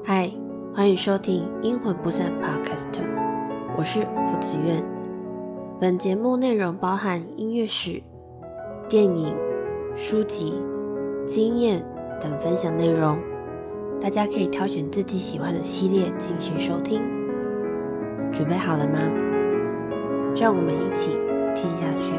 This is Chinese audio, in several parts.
嗨，欢迎收听阴魂不散 Podcast， 我是傅子苑。本节目内容包含音乐史、电影、书籍、经验等分享内容，大家可以挑选自己喜欢的系列进行收听。准备好了吗？让我们一起听下去。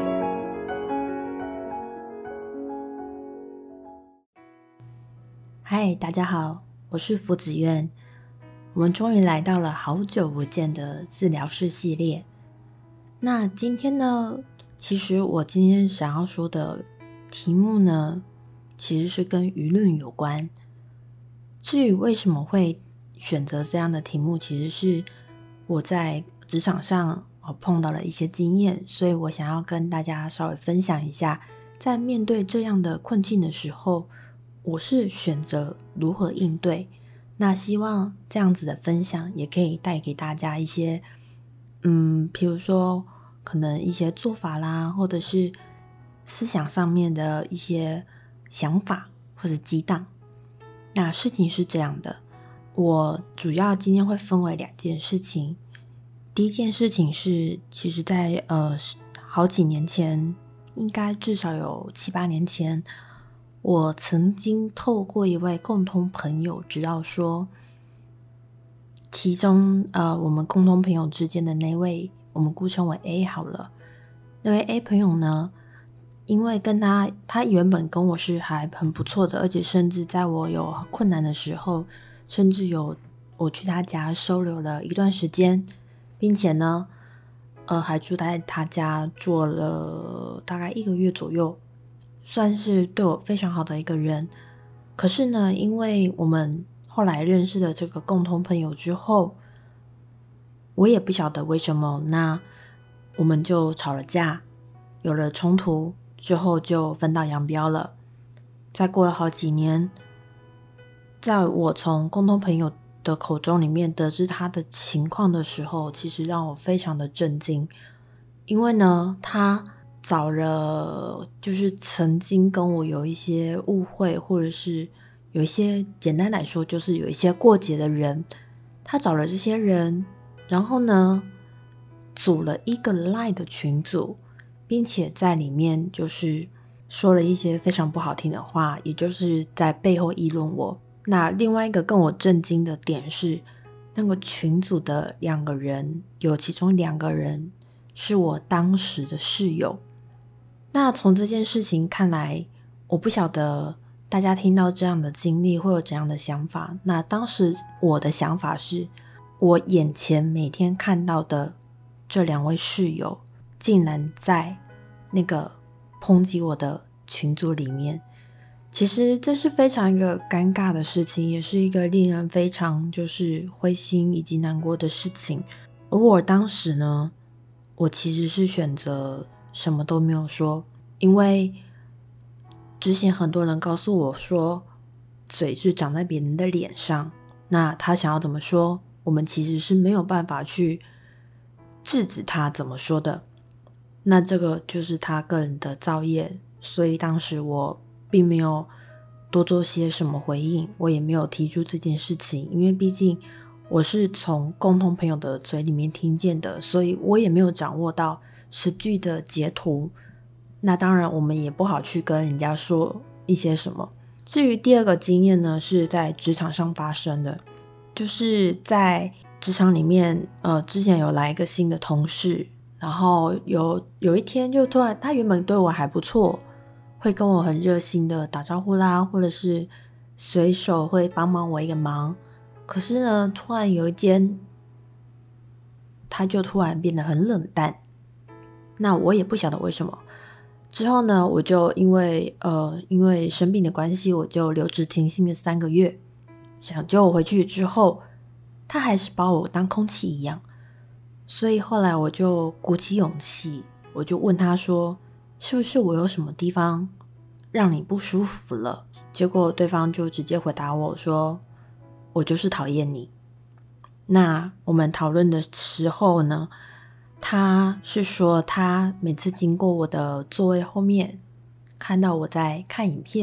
嗨，大家好，我是傅子苑。我们终于来到了好久不见的治疗室系列。那今天呢，其实我今天想要说的题目呢，其实是跟舆论有关。至于为什么会选择这样的题目，其实是我在职场上碰到了一些经验，所以我想要跟大家稍微分享一下，在面对这样的困境的时候，我是选择如何应对。那希望这样子的分享也可以带给大家一些譬如说可能一些做法啦，或者是思想上面的一些想法或者激荡。那事情是这样的，我主要今天会分为两件事情。第一件事情是，其实在好几年前，应该至少有7-8年前，我曾经透过一位共同朋友知道说，其中我们共同朋友之间的那位，我们姑称为 A 好了。那位 A 朋友呢，因为跟他原本跟我是还很不错的，而且甚至在我有困难的时候，甚至我去他家收留了一段时间，并且呢还住在他家住了大概1个月左右，算是对我非常好的一个人。可是呢，因为我们后来认识了这个共同朋友之后，我也不晓得为什么，那我们就吵了架，有了冲突之后就分道扬镳了。再过了好几年，在我从共同朋友的口中里面得知他的情况的时候，其实让我非常的震惊。因为呢，他找了就是曾经跟我有一些误会，或者是有一些简单来说就是有一些过节的人，他找了这些人，然后呢组了一个 LINE 的群组，并且在里面就是说了一些非常不好听的话，也就是在背后议论我。那另外一个更我震惊的点是，那个群组的2个人，有其中2个人是我当时的室友。那从这件事情看来，我不晓得大家听到这样的经历会有怎样的想法。那当时我的想法是，我眼前每天看到的这2位室友，竟然在那个抨击我的群组里面。其实这是非常一个尴尬的事情，也是一个令人非常就是灰心以及难过的事情。而我当时呢，我其实是选择什么都没有说，因为之前很多人告诉我说，嘴是长在别人的脸上，那他想要怎么说，我们其实是没有办法去制止他怎么说的。那这个就是他个人的造业，所以当时我并没有多做些什么回应，我也没有提出这件事情，因为毕竟我是从共同朋友的嘴里面听见的，所以我也没有掌握到实际的截图。那当然我们也不好去跟人家说一些什么。至于第二个经验呢，是在职场上发生的，就是在职场里面之前有来一个新的同事，然后有一天就突然，他原本对我还不错，会跟我很热心的打招呼啦，或者是随手会帮忙我一个忙。可是呢，突然有一天他就突然变得很冷淡，那我也不晓得为什么。之后呢，我就因为生病的关系，我就留职停薪了3个月。想救我回去之后，他还是把我当空气一样。所以后来我就鼓起勇气，我就问他说，是不是我有什么地方让你不舒服了？结果对方就直接回答我说，我就是讨厌你。那我们讨论的时候呢，他是说他每次经过我的座位后面，看到我在看影片，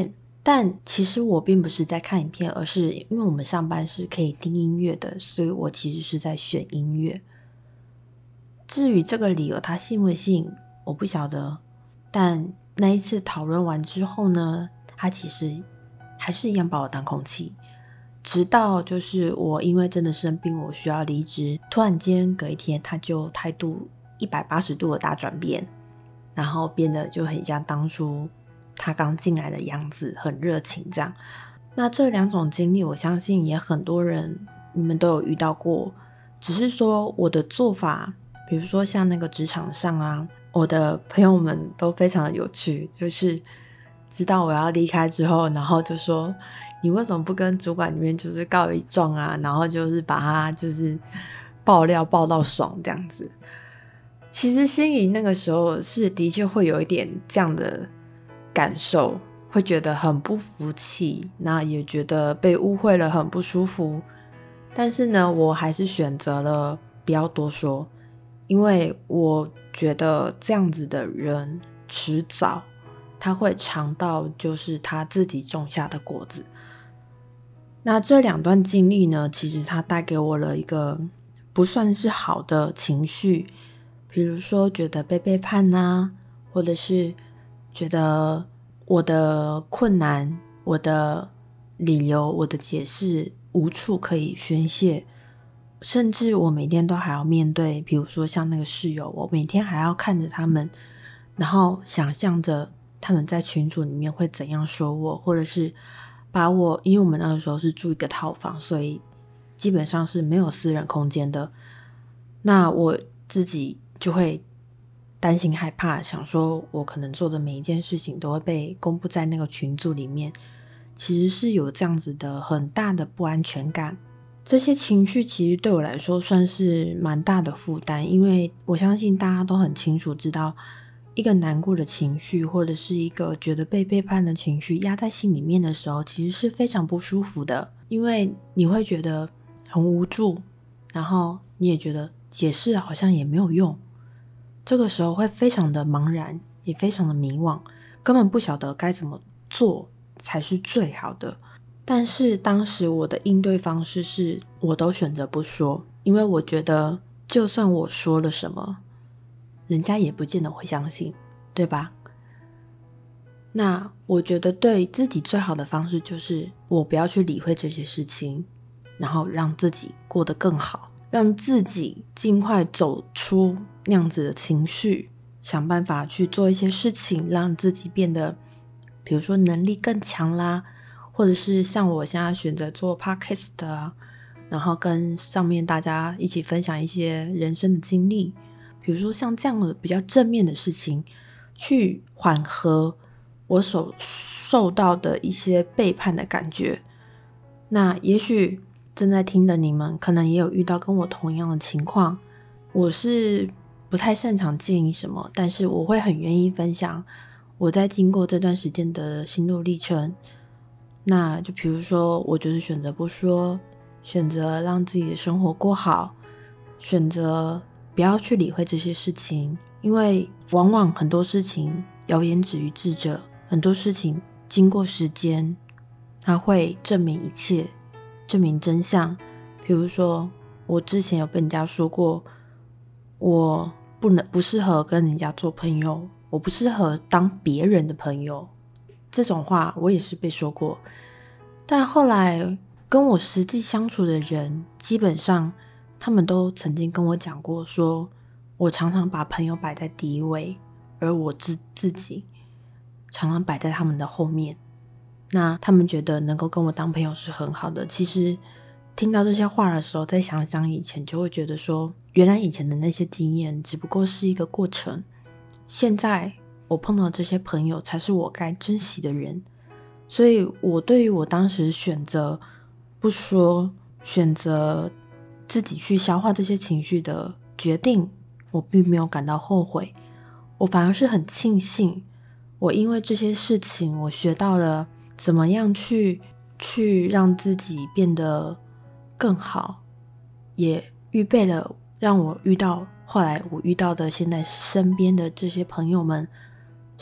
但其实我并不是在看影片，而是因为我们上班是可以听音乐的，所以我其实是在选音乐。至于这个理由他信不信，我不晓得。但那一次讨论完之后呢，他其实还是一样把我当空气。直到就是我因为真的生病，我需要离职，突然间隔一天他就态度180度的大转变，然后变得就很像当初他刚进来的样子，很热情这样。那这2种经历我相信也很多人你们都有遇到过，只是说我的做法，比如说像那个职场上啊，我的朋友们都非常的有趣，就是知道我要离开之后，然后就说你为什么不跟主管里面就是告一状啊，然后就是把他就是爆料爆到爽这样子。其实心里那个时候是的确会有一点这样的感受，会觉得很不服气，那也觉得被误会了，很不舒服。但是呢，我还是选择了不要多说，因为我觉得这样子的人迟早他会尝到就是他自己种下的果子。那这2段经历呢，其实它带给我了一个不算是好的情绪，比如说觉得被背叛啊，或者是觉得我的困难、我的理由、我的解释无处可以宣泄，甚至我每天都还要面对，比如说像那个室友，我每天还要看着他们，然后想象着他们在群组里面会怎样说我，或者是把我，因为我们那个时候是住一个套房，所以基本上是没有私人空间的。那我自己就会担心害怕，想说我可能做的每一件事情都会被公布在那个群组里面，其实是有这样子的很大的不安全感。这些情绪其实对我来说算是蛮大的负担，因为我相信大家都很清楚知道，一个难过的情绪或者是一个觉得被背叛的情绪压在心里面的时候，其实是非常不舒服的，因为你会觉得很无助，然后你也觉得解释好像也没有用，这个时候会非常的茫然，也非常的迷惘，根本不晓得该怎么做才是最好的。但是当时我的应对方式是我都选择不说，因为我觉得就算我说了什么，人家也不见得会相信，对吧？那我觉得对自己最好的方式就是我不要去理会这些事情，然后让自己过得更好，让自己尽快走出那样子的情绪，想办法去做一些事情，让自己变得比如说能力更强啦，或者是像我现在选择做 podcast 啊，然后跟上面大家一起分享一些人生的经历，比如说像这样的比较正面的事情，去缓和我所受到的一些背叛的感觉。那也许正在听的你们可能也有遇到跟我同样的情况，我是不太擅长建议什么，但是我会很愿意分享我在经过这段时间的心路历程。那就比如说我就是选择不说，选择让自己的生活过好，选择不要去理会这些事情，因为往往很多事情谣言止于智者，很多事情经过时间它会证明一切，证明真相。比如说我之前有被人家说过我不适合跟人家做朋友，我不适合当别人的朋友，这种话我也是被说过。但后来跟我实际相处的人，基本上他们都曾经跟我讲过，说我常常把朋友摆在第一位，而我自己常常摆在他们的后面。那他们觉得能够跟我当朋友是很好的。其实听到这些话的时候，再想想以前，就会觉得说，原来以前的那些经验只不过是一个过程，现在我碰到这些朋友才是我该珍惜的人。所以我对于我当时选择不说，选择自己去消化这些情绪的决定，我并没有感到后悔，我反而是很庆幸，我因为这些事情我学到了怎么样去让自己变得更好，也预备了让我遇到后来我遇到的现在身边的这些朋友们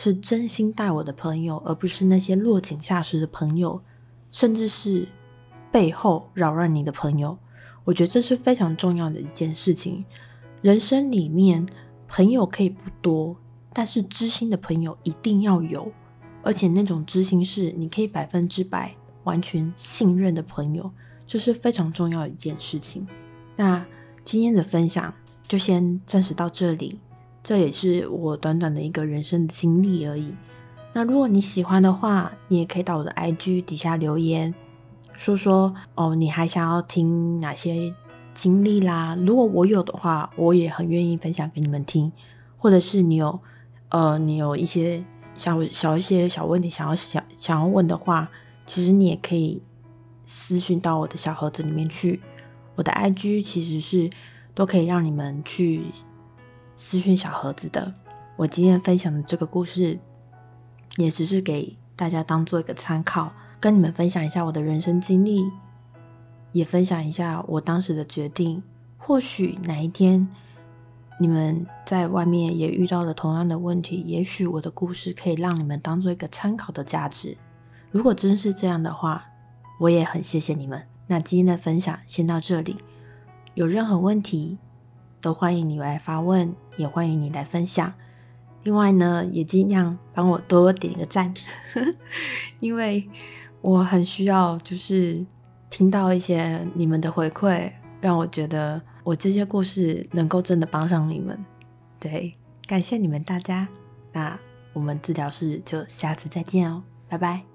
是真心待我的朋友，而不是那些落井下石的朋友，甚至是背后扰乱你的朋友。我觉得这是非常重要的一件事情。人生里面朋友可以不多，但是知心的朋友一定要有，而且那种知心是你可以100%完全信任的朋友，这是非常重要的一件事情。那今天的分享就先暂时到这里，这也是我短短的一个人生的经历而已。那如果你喜欢的话，你也可以到我的 IG 底下留言，说说你还想要听哪些经历啦。如果我有的话，我也很愿意分享给你们听。或者是你有一些小问题想要问的话，其实你也可以私讯到我的小盒子里面去。我的 IG 其实是都可以让你们去私讯小盒子的。我今天分享的这个故事也只是给大家当做一个参考，跟你们分享一下我的人生经历，也分享一下我当时的决定。或许哪一天你们在外面也遇到了同样的问题，也许我的故事可以让你们当做一个参考的价值。如果真是这样的话，我也很谢谢你们。那今天的分享先到这里，有任何问题都欢迎你来发问，也欢迎你来分享。另外呢，也尽量帮我多点一个赞因为我很需要就是听到一些你们的回馈，让我觉得我这些故事能够真的帮上你们。对，感谢你们大家。那我们治疗室就下次再见哦，拜拜。